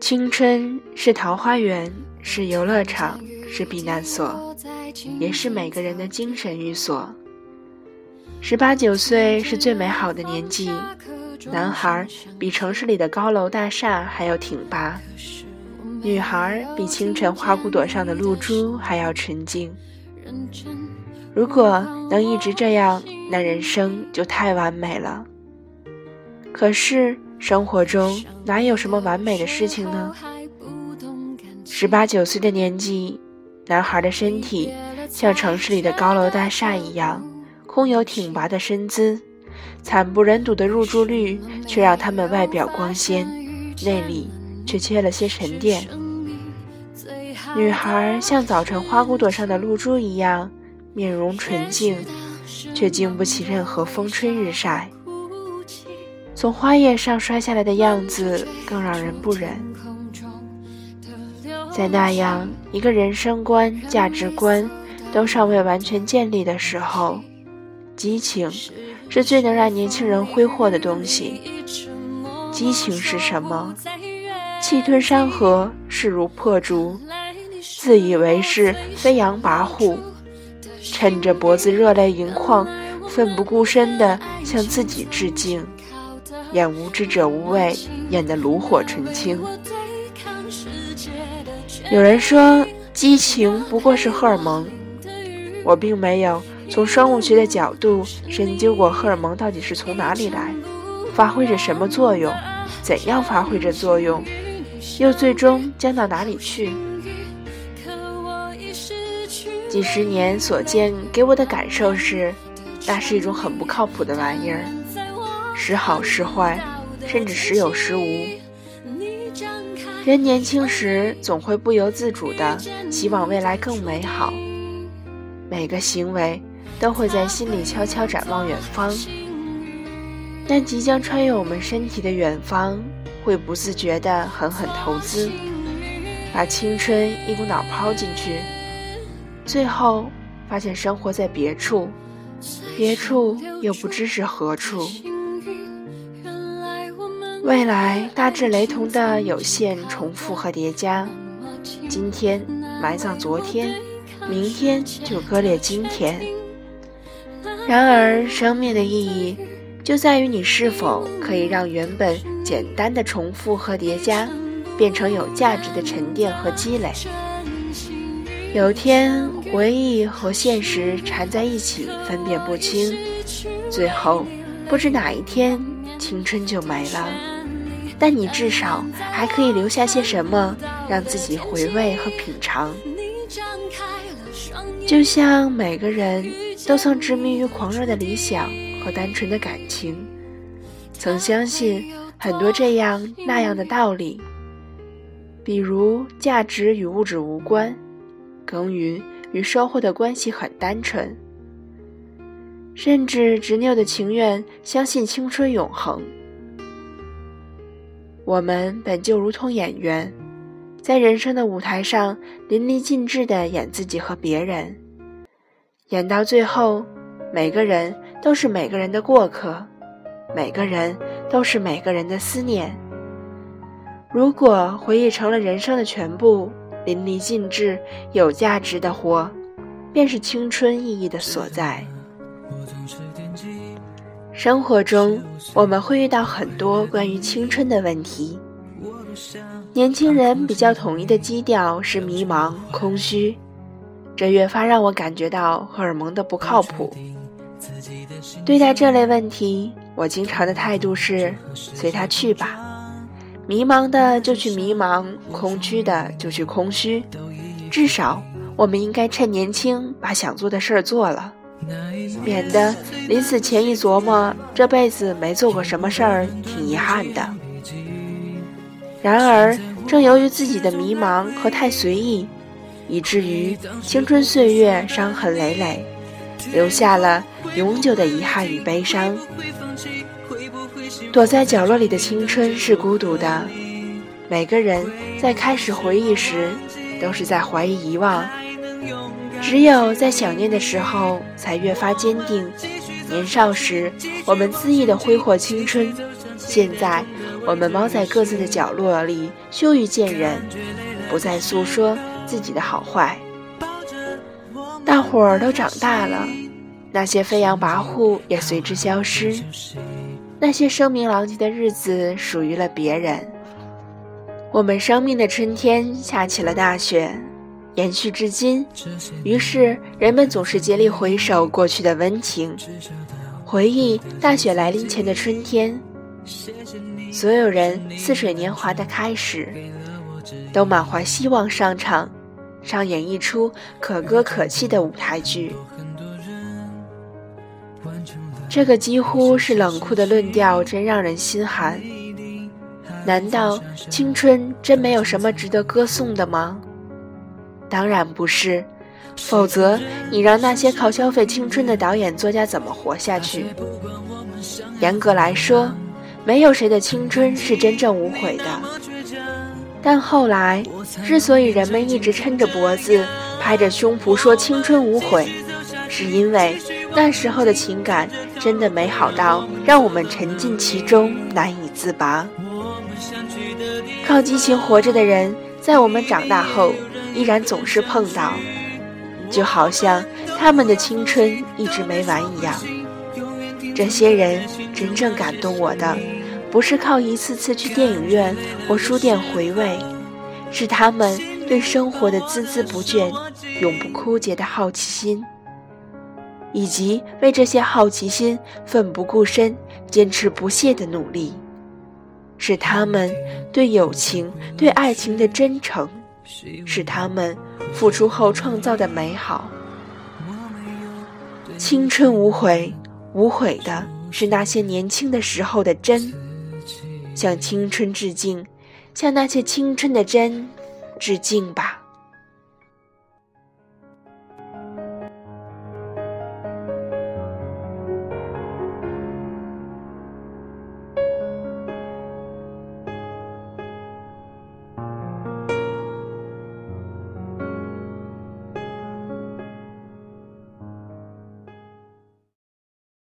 青春是桃花源，是游乐场，是避难所，也是每个人的精神寓所。18、19岁是最美好的年纪，男孩比城市里的高楼大厦还要挺拔，女孩比清晨花骨朵上的露珠还要纯净。如果能一直这样，那人生就太完美了。可是生活中哪有什么完美的事情呢？18、19岁的年纪，男孩的身体像城市里的高楼大厦一样，空有挺拔的身姿，惨不忍睹的入住率却让他们外表光鲜，内里却缺了些沉淀。女孩像早晨花骨朵上的露珠一样，面容纯净，却经不起任何风吹日晒，从花叶上摔下来的样子更让人不忍。在那样一个人生观、价值观都尚未完全建立的时候，激情是最能让年轻人挥霍的东西。激情是什么？气吞山河，势如破竹，自以为是，飞扬跋扈，趁着脖子热泪盈眶，奋不顾身地向自己致敬，演无知者无畏，演得炉火纯青。有人说激情不过是荷尔蒙，我并没有从生物学的角度深究过荷尔蒙到底是从哪里来，发挥着什么作用，怎样发挥着作用，又最终将到哪里去。几十年所见给我的感受是，那是一种很不靠谱的玩意儿，时好时坏，甚至时有时无。人年轻时总会不由自主地希望未来更美好，每个行为都会在心里悄悄展望远方，但即将穿越我们身体的远方会不自觉地狠狠投资，把青春一股脑抛进去，最后发现生活在别处，别处又不知是何处。未来大致雷同的有限、重复和叠加，今天埋葬昨天，明天就割裂今天。然而生命的意义就在于你是否可以让原本简单的重复和叠加变成有价值的沉淀和积累。有天回忆和现实缠在一起，分辨不清，最后不知哪一天青春就没了，但你至少还可以留下些什么让自己回味和品尝。就像每个人都曾执迷于狂热的理想和单纯的感情，曾相信很多这样那样的道理，比如价值与物质无关，耕耘与收获的关系很单纯，甚至执拗的情愿相信青春永恒。我们本就如同演员，在人生的舞台上淋漓尽致地演自己和别人，演到最后，每个人都是每个人的过客，每个人都是每个人的思念。如果回忆成了人生的全部，淋漓尽致有价值的活，便是青春意义的所在。生活中我们会遇到很多关于青春的问题，年轻人比较统一的基调是迷茫、空虚，这越发让我感觉到荷尔蒙的不靠谱。对待这类问题，我经常的态度是随他去吧，迷茫的就去迷茫，空虚的就去空虚，至少我们应该趁年轻把想做的事儿做了，免得临死前一琢磨这辈子没做过什么事儿，挺遗憾的。然而正由于自己的迷茫和太随意，以至于青春岁月伤痕累累，留下了永久的遗憾与悲伤。躲在角落里的青春是孤独的，每个人在开始回忆时都是在怀疑遗忘，只有在想念的时候才越发坚定。年少时我们恣意的挥霍青春，现在我们猫在各自的角落里羞于见人，不再诉说自己的好坏。大伙儿都长大了，那些飞扬跋扈也随之消失，那些声名狼藉的日子属于了别人。我们生命的春天下起了大雪，延续至今，于是人们总是竭力回首过去的温情，回忆大雪来临前的春天。所有人似水年华的开始，都满怀希望上场，上演一出可歌可泣的舞台剧。这个几乎是冷酷的论调真让人心寒。难道青春真没有什么值得歌颂的吗？当然不是，否则你让那些靠消费青春的导演作家怎么活下去？严格来说，没有谁的青春是真正无悔的。但后来，之所以人们一直抻着脖子拍着胸脯说青春无悔，是因为那时候的情感真的美好到让我们沉浸其中难以自拔。靠激情活着的人，在我们长大后依然总是碰到，就好像他们的青春一直没完一样。这些人真正感动我的，不是靠一次次去电影院或书店回味，是他们对生活的孜孜不倦、永不枯竭的好奇心，以及为这些好奇心奋不顾身、坚持不懈的努力，是他们对友情、对爱情的真诚，是他们付出后创造的美好。青春无悔，无悔的是那些年轻的时候的真。向青春致敬，向那些青春的真致敬吧。